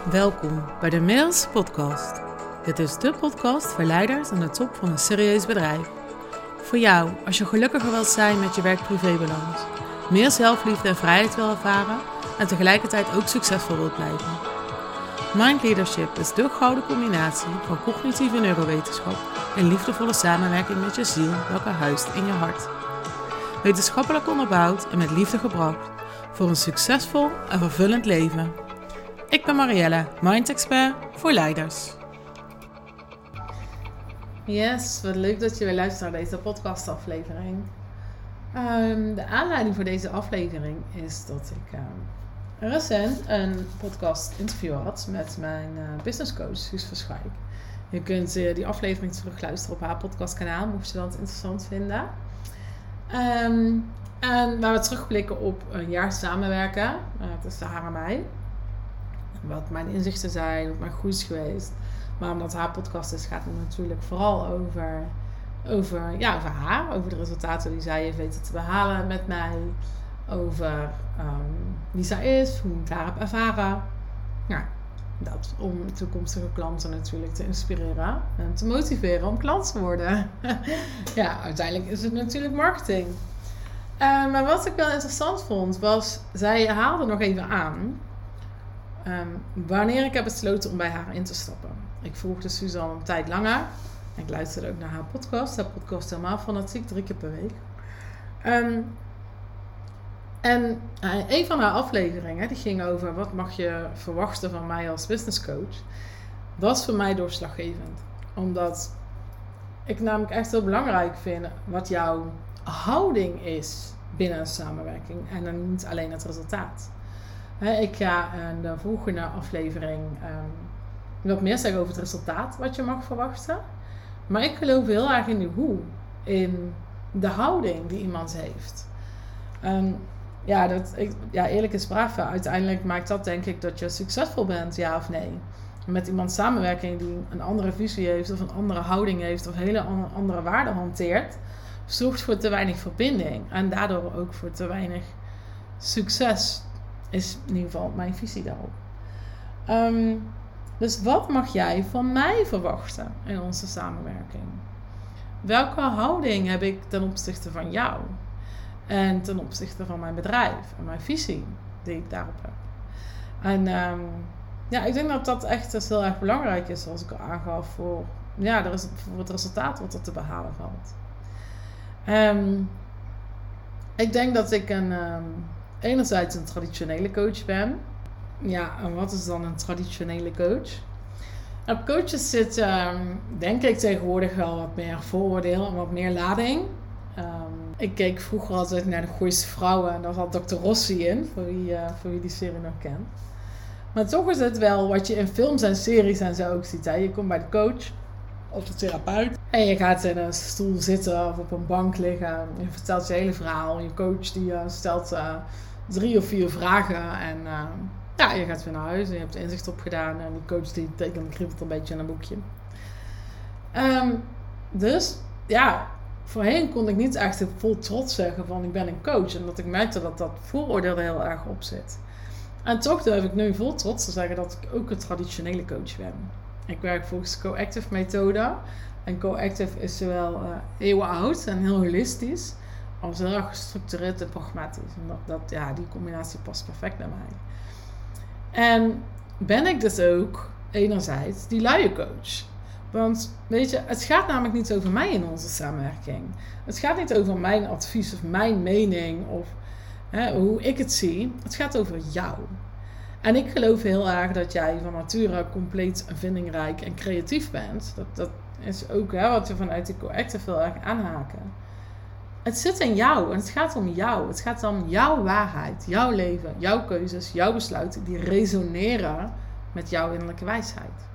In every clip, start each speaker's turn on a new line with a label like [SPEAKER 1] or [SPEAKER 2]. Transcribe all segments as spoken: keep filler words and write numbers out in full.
[SPEAKER 1] Welkom bij de Mails Podcast. Dit is de podcast voor leiders aan de top van een serieus bedrijf. Voor jou, als je gelukkiger wilt zijn met je werk-privé-balans, meer zelfliefde en vrijheid wil ervaren en tegelijkertijd ook succesvol wilt blijven. Mind Leadership is de gouden combinatie van cognitieve neurowetenschap en liefdevolle samenwerking met je ziel, welke huist in je hart. Wetenschappelijk onderbouwd en met liefde gebracht voor een succesvol en vervullend leven. Ik ben Marielle, Mind Expert voor leiders. Yes, wat leuk dat je weer luistert naar deze podcastaflevering. Um, de aanleiding voor deze aflevering is dat ik um, recent een podcast interview had met mijn uh, business coach, Suus Verschijk. Je kunt uh, die aflevering terugluisteren op haar podcastkanaal, mocht je dat interessant vinden. Um, en waar we terugblikken op een jaar samenwerken uh, tussen haar en mij. Wat mijn inzichten zijn, wat mijn groei is geweest. Maar omdat haar podcast is, gaat het natuurlijk vooral over, over, ja, over haar. Over de resultaten die zij heeft weten te behalen met mij. Over um, wie zij is, hoe ik haar heb ervaren. Ja, dat om toekomstige klanten natuurlijk te inspireren. En te motiveren om klant te worden. Ja, uiteindelijk is het natuurlijk marketing. Uh, maar wat ik wel interessant vond, was, zij haalde nog even aan Um, wanneer ik heb besloten om bij haar in te stappen. Ik volgde Suzanne een tijd langer. Ik luisterde ook naar haar podcast. Haar podcast helemaal fanatiek, drie keer per week. Um, en uh, een van haar afleveringen, die ging over wat mag je verwachten van mij als business coach, was voor mij doorslaggevend. Omdat ik namelijk echt heel belangrijk vind wat jouw houding is binnen een samenwerking. En dan niet alleen het resultaat. He, ik ga in de volgende aflevering um, wat meer zeggen over het resultaat wat je mag verwachten. Maar ik geloof heel erg in de hoe. In de houding die iemand heeft. Um, ja, dat, ik, ja, eerlijk is braaf. Uiteindelijk maakt dat denk ik dat je succesvol bent, ja of nee. Met iemand samenwerking die een andere visie heeft of een andere houding heeft of hele andere waarden hanteert, zorgt voor te weinig verbinding. En daardoor ook voor te weinig succes. Is in ieder geval mijn visie daarop. Um, dus wat mag jij van mij verwachten in onze samenwerking? Welke houding heb ik ten opzichte van jou? En ten opzichte van mijn bedrijf en mijn visie die ik daarop heb. En um, ja, ik denk dat dat echt dus heel erg belangrijk is, zoals ik al aangaf, voor, ja, er is, voor het resultaat wat er te behalen valt. Um, ik denk dat ik een... Um, enerzijds een traditionele coach ben. Ja, en wat is dan een traditionele coach? Op coaches zit, um, denk ik, tegenwoordig wel wat meer vooroordeel en wat meer lading. Um, ik keek vroeger altijd naar de Gooise Vrouwen en daar zat dokter Rossi in, voor wie, uh, voor wie die serie nog kent. Maar toch is het wel wat je in films en series en zo ook ziet. Hè? Je komt bij de coach of de therapeut en je gaat in een stoel zitten of op een bank liggen. Je vertelt je hele verhaal. Je coach die uh, stelt uh, drie of vier vragen en uh, ja, je gaat weer naar huis en je hebt inzicht opgedaan. En die coach die tekent kriebelt een beetje in een boekje. Um, dus ja, voorheen kon ik niet echt vol trots zeggen van ik ben een coach. En dat ik merkte dat dat vooroordeel er heel erg op zit. En toch durf ik nu vol trots te zeggen dat ik ook een traditionele coach ben. Ik werk volgens de Co-Active methode. En Co-Active is zowel uh, eeuwenoud en heel holistisch, als heel erg gestructureerd en pragmatisch. En dat, dat, ja, die combinatie past perfect bij mij. En ben ik dus ook enerzijds die luie coach. Want weet je, het gaat namelijk niet over mij in onze samenwerking. Het gaat niet over mijn advies of mijn mening of hè, hoe ik het zie. Het gaat over jou. En ik geloof heel erg dat jij van nature compleet vindingrijk en creatief bent. Dat, dat is ook hè, wat we vanuit de Co-Active heel erg aanhaken. Het zit in jou en het gaat om jou. Het gaat om jouw waarheid, jouw leven, jouw keuzes, jouw besluiten die resoneren met jouw innerlijke wijsheid.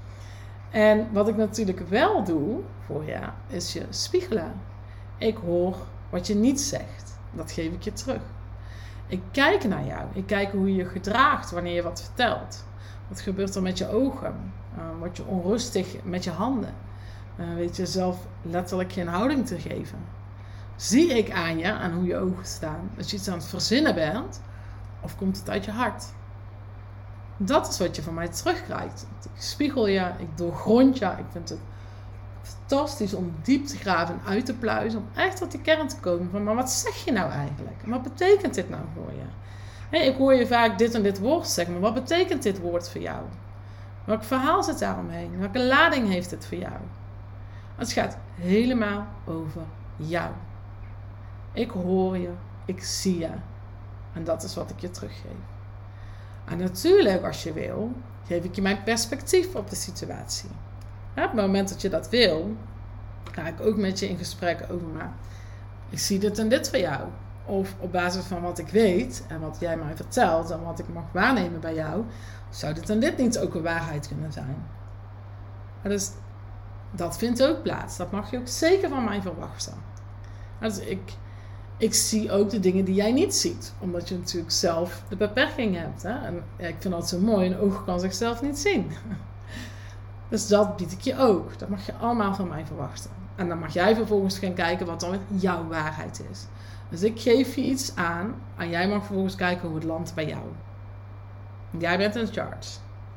[SPEAKER 1] En wat ik natuurlijk wel doe voor je, is je spiegelen. Ik hoor wat je niet zegt. Dat geef ik je terug. Ik kijk naar jou. Ik kijk hoe je je gedraagt wanneer je wat vertelt. Wat gebeurt er met je ogen? Uh, word je onrustig met je handen? Uh, weet je zelf letterlijk geen houding te geven? Zie ik aan je, aan hoe je ogen staan, dat je iets aan het verzinnen bent? Of komt het uit je hart? Dat is wat je van mij terugkrijgt. Ik spiegel je, ik doorgrond je. Ik vind het fantastisch om diep te graven en uit te pluizen. Om echt tot die kern te komen van, maar wat zeg je nou eigenlijk? En wat betekent dit nou voor je? Hey, ik hoor je vaak dit en dit woord zeggen, maar wat betekent dit woord voor jou? Welk verhaal zit daaromheen? Welke lading heeft het voor jou? Het gaat helemaal over jou. Ik hoor je, ik zie je. En dat is wat ik je teruggeef. En natuurlijk, als je wil, geef ik je mijn perspectief op de situatie. Ja, op het moment dat je dat wil, ga ik ook met je in gesprek over, maar ik zie dit en dit voor jou. Of op basis van wat ik weet en wat jij mij vertelt en wat ik mag waarnemen bij jou, zou dit en dit niet ook een waarheid kunnen zijn. Maar dus dat vindt ook plaats. Dat mag je ook zeker van mij verwachten. Dus ik, ik zie ook de dingen die jij niet ziet. Omdat je natuurlijk zelf de beperking hebt. Hè? En ja, ik vind dat zo mooi. Een oog kan zichzelf niet zien. Dus dat bied ik je ook. Dat mag je allemaal van mij verwachten. En dan mag jij vervolgens gaan kijken wat dan jouw waarheid is. Dus ik geef je iets aan. En jij mag vervolgens kijken hoe het landt bij jou. Jij bent in charge.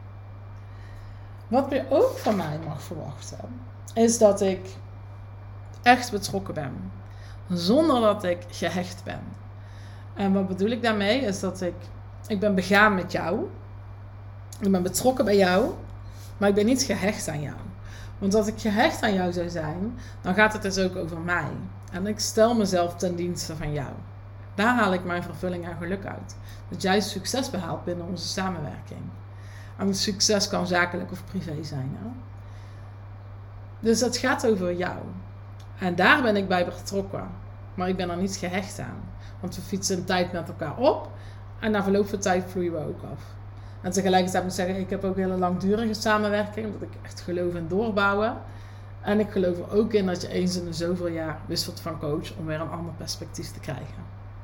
[SPEAKER 1] Wat je ook van mij mag verwachten, is dat ik echt betrokken ben. Zonder dat ik gehecht ben. En wat bedoel ik daarmee? Is dat ik, ik ben begaan met jou. Ik ben betrokken bij jou. Maar ik ben niet gehecht aan jou. Want als ik gehecht aan jou zou zijn, dan gaat het dus ook over mij. En ik stel mezelf ten dienste van jou. Daar haal ik mijn vervulling en geluk uit. Dat jij succes behaalt binnen onze samenwerking. En succes kan zakelijk of privé zijn. Hè? Dus het gaat over jou. En daar ben ik bij betrokken. Maar ik ben er niet gehecht aan. Want we fietsen een tijd met elkaar op. En na verloop van tijd vloeien we ook af. En tegelijkertijd moet ik zeggen, ik heb ook een hele langdurige samenwerking. Omdat ik echt geloof in doorbouwen. En ik geloof er ook in dat je eens in de zoveel jaar wisselt van coach. Om weer een ander perspectief te krijgen.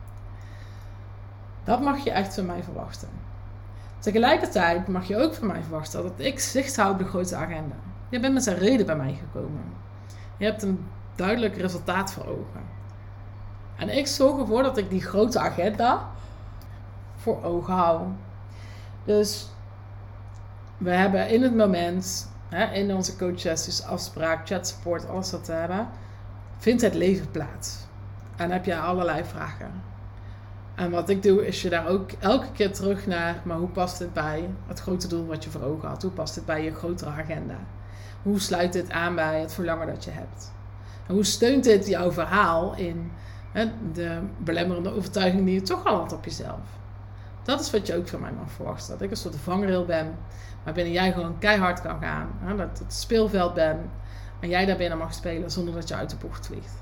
[SPEAKER 1] Dat mag je echt van mij verwachten. Tegelijkertijd mag je ook van mij verwachten dat ik zicht hou op de grote agenda. Je bent met een reden bij mij gekomen. Je hebt een duidelijk resultaat voor ogen. En ik zorg ervoor dat ik die grote agenda voor ogen hou. Dus we hebben in het moment, hè, in onze coachsessies, afspraak, chat support, alles wat we hebben, vindt het leven plaats. En dan heb je allerlei vragen. En wat ik doe is je daar ook elke keer terug naar, maar hoe past dit bij het grote doel wat je voor ogen had? Hoe past dit bij je grotere agenda? Hoe sluit dit aan bij het verlangen dat je hebt? En hoe steunt dit jouw verhaal in hè, de belemmerende overtuiging die je toch al had op jezelf? Dat is wat je ook van mij mag verwachten. Dat ik een soort vangrail ben, waarbinnen jij gewoon keihard kan gaan. Hè? Dat het speelveld ben en jij daarbinnen mag spelen zonder dat je uit de bocht vliegt.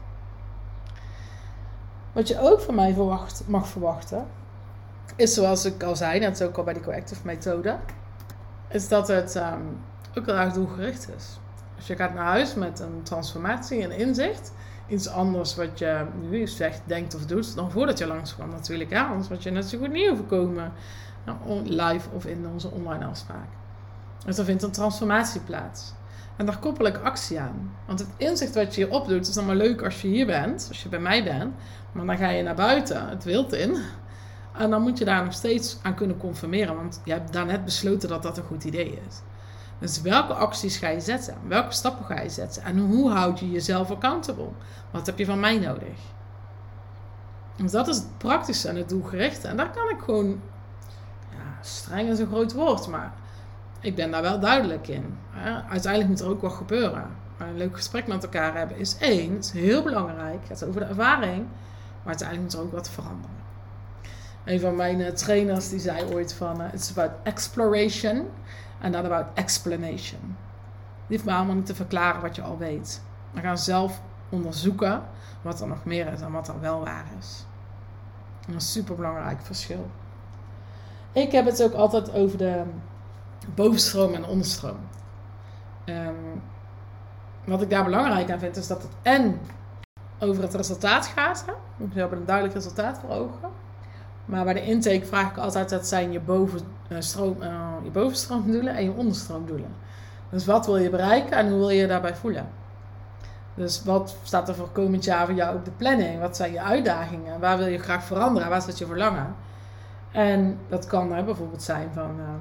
[SPEAKER 1] Wat je ook van mij verwacht, mag verwachten, is zoals ik al zei, net ook al bij die Coactive methode, is dat het um, ook heel erg doelgericht is. Als je gaat naar huis met een transformatie en inzicht, iets anders wat je nu zegt, denkt of doet, dan voordat je langskwam natuurlijk. Ja, anders wat je net zo goed niet overkomen, nou, live of in onze online afspraak. Dus er vindt een transformatie plaats. En daar koppel ik actie aan. Want het inzicht wat je hier opdoet is allemaal leuk als je hier bent, als je bij mij bent. Maar dan ga je naar buiten, het wild in. En dan moet je daar nog steeds aan kunnen conformeren. Want je hebt daarnet besloten dat dat een goed idee is. Dus welke acties ga je zetten? Welke stappen ga je zetten? En hoe houd je jezelf accountable? Wat heb je van mij nodig? Dus dat is het praktische en het doelgerichte. En daar kan ik gewoon... Ja, streng is een groot woord, maar... Ik ben daar wel duidelijk in. Uiteindelijk moet er ook wat gebeuren. Een leuk gesprek met elkaar hebben is één. Het is heel belangrijk. Het gaat over de ervaring. Maar uiteindelijk moet er ook wat veranderen. Een van mijn trainers die zei ooit van... It's about exploration and not about explanation. Die hoeft me allemaal niet te verklaren wat je al weet. We gaan zelf onderzoeken wat er nog meer is en wat er wel waar is. Een superbelangrijk verschil. Ik heb het ook altijd over de... bovenstroom en onderstroom. Um, wat ik daar belangrijk aan vind is dat het en over het resultaat gaat. Hè? We hebben een duidelijk resultaat voor ogen. Maar bij de intake vraag ik altijd, dat zijn je, bovenstroom, uh, je bovenstroomdoelen en je onderstroomdoelen. Dus wat wil je bereiken en hoe wil je je daarbij voelen? Dus wat staat er voor komend jaar voor jou op de planning? Wat zijn je uitdagingen? Waar wil je graag veranderen? Waar zit je verlangen? En dat kan hè, bijvoorbeeld zijn van... Uh,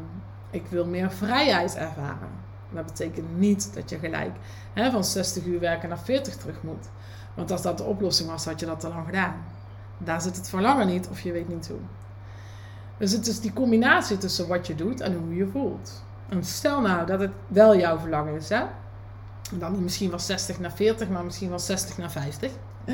[SPEAKER 1] ik wil meer vrijheid ervaren. Dat betekent niet dat je gelijk hè, van zestig uur werken naar veertig terug moet. Want als dat de oplossing was, had je dat al lang gedaan. Daar zit het verlangen niet of je weet niet hoe. Dus het is die combinatie tussen wat je doet en hoe je voelt. En stel nou dat het wel jouw verlangen is. Hè? Dan niet misschien wel zestig naar veertig, maar misschien wel zestig naar vijftig.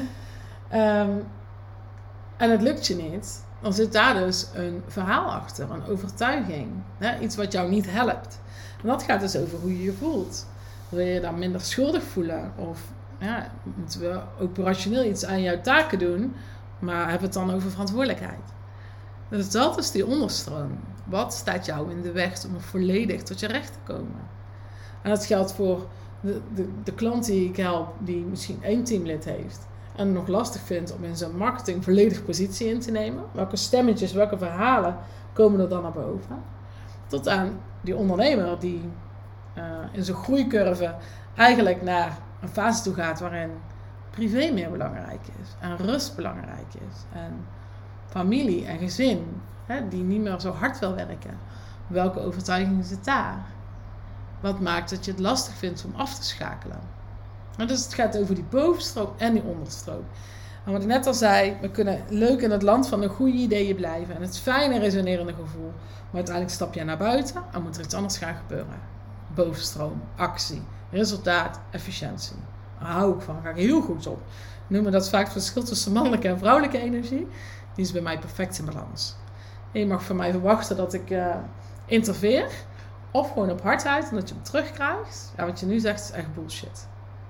[SPEAKER 1] Um, en het lukt je niet. Dan zit daar dus een verhaal achter, een overtuiging. Hè? Iets wat jou niet helpt. En dat gaat dus over hoe je je voelt. Wil je je dan minder schuldig voelen? Of ja, moeten we operationeel iets aan jouw taken doen, maar hebben we het dan over verantwoordelijkheid? Dus dat is die onderstroom. Wat staat jou in de weg om volledig tot je recht te komen? En dat geldt voor de, de, de klant die ik help, die misschien één teamlid heeft en het nog lastig vindt om in zijn marketing volledig positie in te nemen. Welke stemmetjes, welke verhalen komen er dan naar boven? Tot aan die ondernemer die uh, in zijn groeicurve eigenlijk naar een fase toe gaat waarin privé meer belangrijk is. En rust belangrijk is. En familie en gezin, hè, die niet meer zo hard wil werken. Welke overtuiging zit daar? Wat maakt dat je het lastig vindt om af te schakelen? En dus het gaat over die bovenstroom en die onderstroom. En wat ik net al zei, we kunnen leuk in het land van de goede ideeën blijven. En het fijne resonerende gevoel. Maar uiteindelijk stap je naar buiten en moet er iets anders gaan gebeuren. Bovenstroom, actie, resultaat, efficiëntie. Daar hou ik van, daar ga ik heel goed op. We noemen dat vaak het verschil tussen mannelijke en vrouwelijke energie. Die is bij mij perfect in balans. En je mag van mij verwachten dat ik uh, interveer. Of gewoon op hardheid en dat je hem terugkrijgt. Ja, wat je nu zegt is echt bullshit.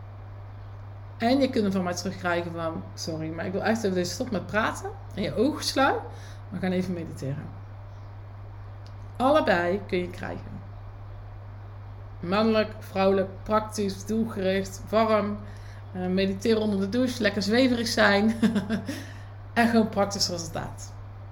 [SPEAKER 1] En je kunt hem van mij terugkrijgen van, sorry, maar ik wil echt even deze stop met praten. En je ogen sluiten. We gaan even mediteren. Allebei kun je krijgen. Mannelijk, vrouwelijk, praktisch, doelgericht, warm. Uh, mediteren onder de douche, lekker zweverig zijn. En gewoon praktisch resultaat.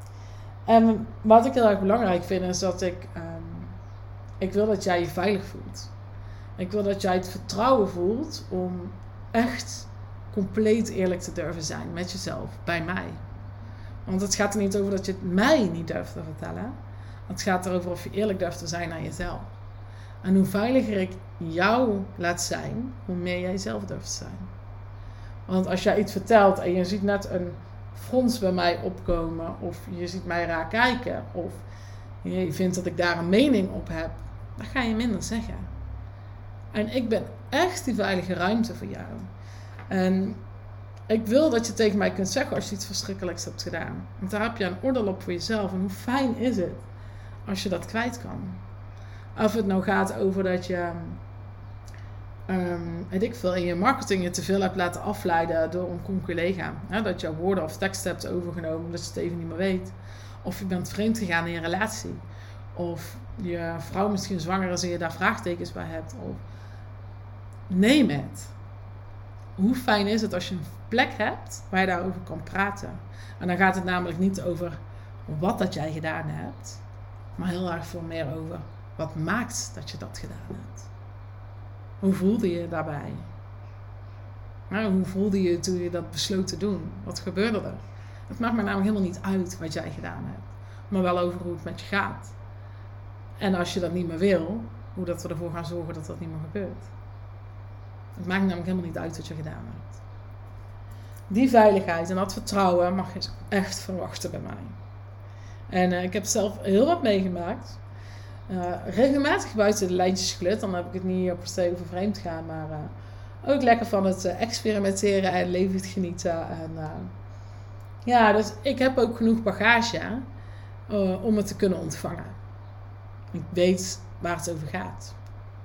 [SPEAKER 1] En wat ik heel erg belangrijk vind is dat ik... Um, ik wil dat jij je veilig voelt. Ik wil dat jij het vertrouwen voelt om echt compleet eerlijk te durven zijn met jezelf, bij mij. Want het gaat er niet over dat je het mij niet durft te vertellen. Het gaat erover of je eerlijk durft te zijn naar jezelf. En hoe veiliger ik jou laat zijn, hoe meer jij zelf durft te zijn. Want als jij iets vertelt en je ziet net een frons bij mij opkomen, of je ziet mij raar kijken, of je vindt dat ik daar een mening op heb, dan ga je minder zeggen. En ik ben echt die veilige ruimte voor jou. En ik wil dat je tegen mij kunt zeggen als je iets verschrikkelijks hebt gedaan. Want daar heb je een oordeel op voor jezelf. En hoe fijn is het als je dat kwijt kan. Of het nou gaat over dat je, um, weet ik veel, in je marketing je te veel hebt laten afleiden door een collega. Hè, dat je woorden of teksten hebt overgenomen omdat je het even niet meer weet. Of je bent vreemd gegaan in je relatie. Of je vrouw misschien zwanger is en je daar vraagtekens bij hebt. Of neem het. Hoe fijn is het als je een plek hebt waar je daarover kan praten. En dan gaat het namelijk niet over wat dat jij gedaan hebt. Maar heel erg veel meer over wat maakt dat je dat gedaan hebt. Hoe voelde je je daarbij? Maar hoe voelde je toen je dat besloot te doen? Wat gebeurde er? Het maakt me namelijk helemaal niet uit wat jij gedaan hebt. Maar wel over hoe het met je gaat. En als je dat niet meer wil, hoe dat we ervoor gaan zorgen dat dat niet meer gebeurt. Het maakt namelijk helemaal niet uit wat je gedaan hebt. Die veiligheid en dat vertrouwen mag je echt verwachten bij mij. En uh, ik heb zelf heel wat meegemaakt. Uh, regelmatig buiten de lijntjes geklut. Dan heb ik het niet per se over vreemd gaan. Maar uh, ook lekker van het uh, experimenteren en levend genieten. En, uh, ja, dus ik heb ook genoeg bagage uh, om het te kunnen ontvangen. Ik weet waar het over gaat.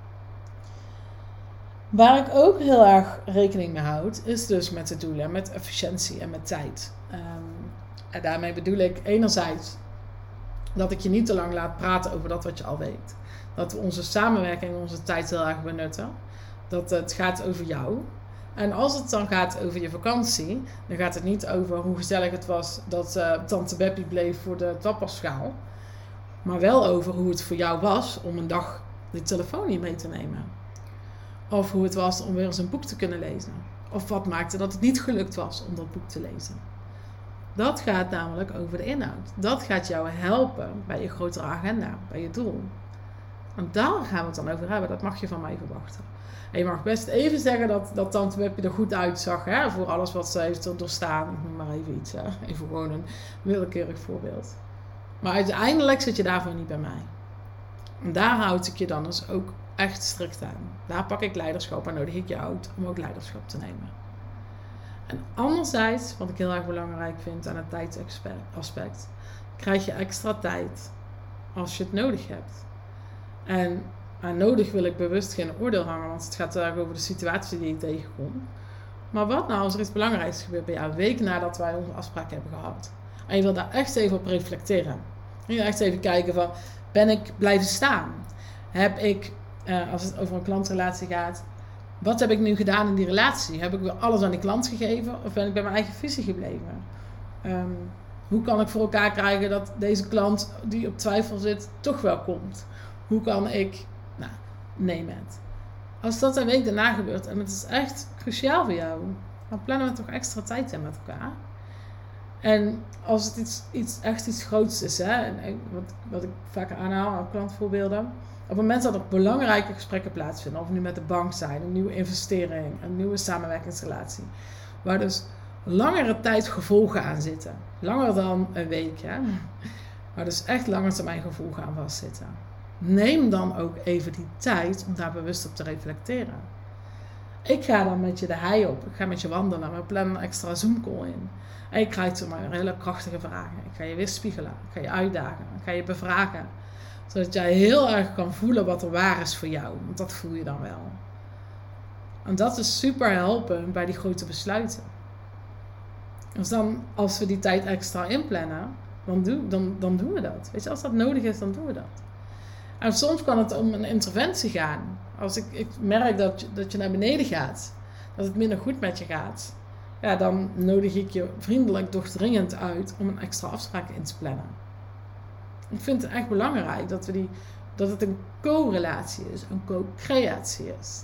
[SPEAKER 1] Waar ik ook heel erg rekening mee houd, is dus met de doelen, met efficiëntie en met tijd. Um, en daarmee bedoel ik enerzijds dat ik je niet te lang laat praten over dat wat je al weet. Dat we onze samenwerking en onze tijd heel erg benutten. Dat het gaat over jou. En als het dan gaat over je vakantie, dan gaat het niet over hoe gezellig het was dat uh, tante Beppie bleef voor de tapasschaal. Maar wel over hoe het voor jou was om een dag de telefoon niet mee te nemen. Of hoe het was om weer eens een boek te kunnen lezen. Of wat maakte dat het niet gelukt was om dat boek te lezen. Dat gaat namelijk over de inhoud. Dat gaat jou helpen bij je grotere agenda, bij je doel. En daar gaan we het dan over hebben. Dat mag je van mij verwachten. En je mag best even zeggen dat, dat tante Webje er goed uitzag. Hè, voor alles wat ze heeft doorstaan. Ik noem maar even iets. Hè. Even gewoon een willekeurig voorbeeld. Maar uiteindelijk zit je daarvoor niet bij mij. En daar houd ik je dan dus ook echt strikt aan. Daar pak ik leiderschap en nodig ik je uit om ook leiderschap te nemen. En anderzijds, wat ik heel erg belangrijk vind aan het tijdsaspect, krijg je extra tijd als je het nodig hebt. En aan nodig wil ik bewust geen oordeel hangen, want het gaat erg over de situatie die je tegenkomt. Maar wat nou als er iets belangrijks gebeurt bij jou, een week nadat wij onze afspraak hebben gehad? En je wil daar echt even op reflecteren. En je wil echt even kijken van, ben ik blijven staan? Heb ik, uh, als het over een klantrelatie gaat, wat heb ik nu gedaan in die relatie? Heb ik weer alles aan die klant gegeven of ben ik bij mijn eigen visie gebleven? Um, hoe kan ik voor elkaar krijgen dat deze klant die op twijfel zit toch wel komt? Hoe kan ik, nou, neem het. Als dat een week daarna gebeurt en het is echt cruciaal voor jou, dan plannen we toch extra tijd in met elkaar. En als het iets, iets, echt iets groots is, hè, en wat, wat ik vaker aanhaal aan klantvoorbeelden, op het moment dat er belangrijke gesprekken plaatsvinden, of nu met de bank zijn, een nieuwe investering, een nieuwe samenwerkingsrelatie, waar dus langere tijd gevolgen aan zitten, langer dan een week, hè, waar dus echt lange termijn gevolgen aan vastzitten. Neem dan ook even die tijd om daar bewust op te reflecteren. Ik ga dan met je de hei op, ik ga met je wandelen, we plannen een extra Zoom-call in. En je krijgt zomaar hele krachtige vragen. Ik ga je weer spiegelen, ik ga je uitdagen, ik ga je bevragen. Zodat jij heel erg kan voelen wat er waar is voor jou, want dat voel je dan wel. En dat is super helpend bij die grote besluiten. Dus dan, als we die tijd extra inplannen, dan, doe, dan, dan doen we dat. Weet je, als dat nodig is, dan doen we dat. En soms kan het om een interventie gaan. Als ik, ik merk dat je, dat je naar beneden gaat, dat het minder goed met je gaat, ja, dan nodig ik je vriendelijk, doch dringend uit om een extra afspraak in te plannen. Ik vind het echt belangrijk dat, we die, dat het een co-relatie is, een co-creatie is.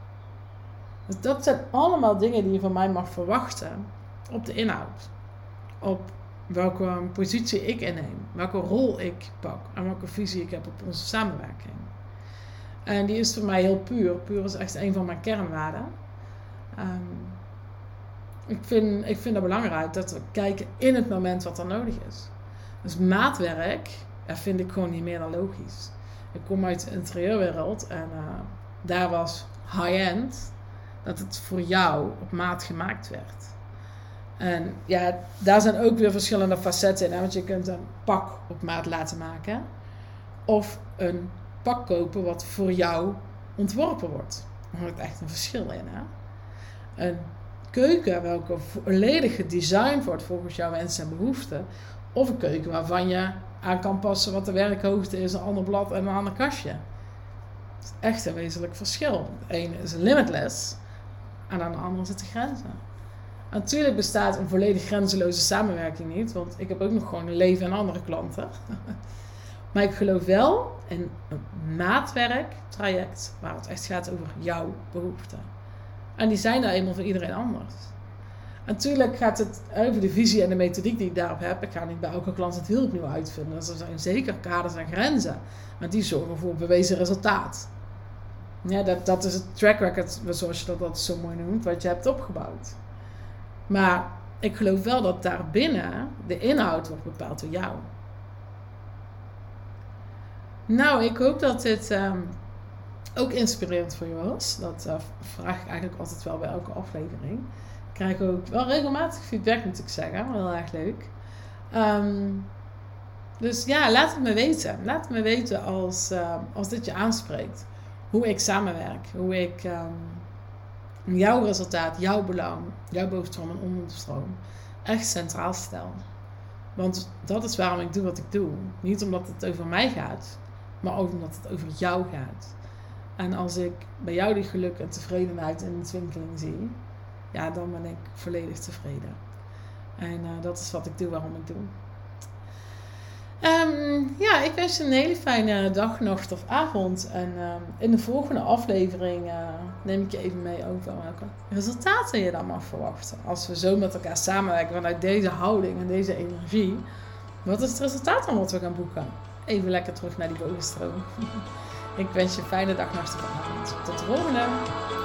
[SPEAKER 1] Dus dat zijn allemaal dingen die je van mij mag verwachten op de inhoud. Op welke positie ik inneem, welke rol ik pak en welke visie ik heb op onze samenwerking. En die is voor mij heel puur. Puur is echt een van mijn kernwaarden. Um, ik, vind, ik vind het belangrijk dat we kijken in het moment wat er nodig is. Dus maatwerk, dat vind ik gewoon niet meer dan logisch. Ik kom uit de interieurwereld en uh, daar was high-end dat het voor jou op maat gemaakt werd. En ja, daar zijn ook weer verschillende facetten in. Hè? Want je kunt een pak op maat laten maken. Of een pak kopen wat voor jou ontworpen wordt. Daar hoort echt een verschil in. Hè? Een keuken welke volledig gedesigned wordt volgens jouw wensen en behoeften. Of een keuken waarvan je aan kan passen wat de werkhoogte is. Een ander blad en een ander kastje. Dat is echt een wezenlijk verschil. De ene is limitless. En aan de andere zitten grenzen. Natuurlijk bestaat een volledig grenzeloze samenwerking niet. Want ik heb ook nog gewoon een leven en andere klanten. Maar ik geloof wel in een maatwerktraject waar het echt gaat over jouw behoeften. En die zijn daar eenmaal voor iedereen anders. Natuurlijk gaat het over de visie en de methodiek die ik daarop heb. Ik ga niet bij elke klant het wiel opnieuw uitvinden. Dus er zijn zeker kaders en grenzen. Maar die zorgen voor bewezen resultaat. Ja, dat, dat is het track record, zoals je dat, dat zo mooi noemt, wat je hebt opgebouwd. Maar ik geloof wel dat daarbinnen de inhoud wordt bepaald door jou. Nou, ik hoop dat dit um, ook inspirerend voor je was. Dat uh, vraag ik eigenlijk altijd wel bij elke aflevering. Ik krijg ook wel regelmatig feedback, moet ik zeggen. Heel erg leuk. Um, dus ja, laat het me weten. Laat het me weten als, uh, als dit je aanspreekt. Hoe ik samenwerk. Hoe ik um, jouw resultaat, jouw belang, jouw bovenstroom en onderstroom echt centraal stel. Want dat is waarom ik doe wat ik doe. Niet omdat het over mij gaat, maar ook omdat het over jou gaat. En als ik bij jou die geluk en tevredenheid in de ontwikkeling zie, ja, dan ben ik volledig tevreden. En uh, dat is wat ik doe, waarom ik doe. Um, ja, ik wens je een hele fijne dag, nacht of avond. En uh, in de volgende aflevering uh, neem ik je even mee over welke resultaten je dan mag verwachten. Als we zo met elkaar samenwerken vanuit deze houding en deze energie. Wat is het resultaat dan wat we gaan boeken? Even lekker terug naar die bovenstroom. Ik wens je een fijne dag, nacht of avond. Tot de volgende!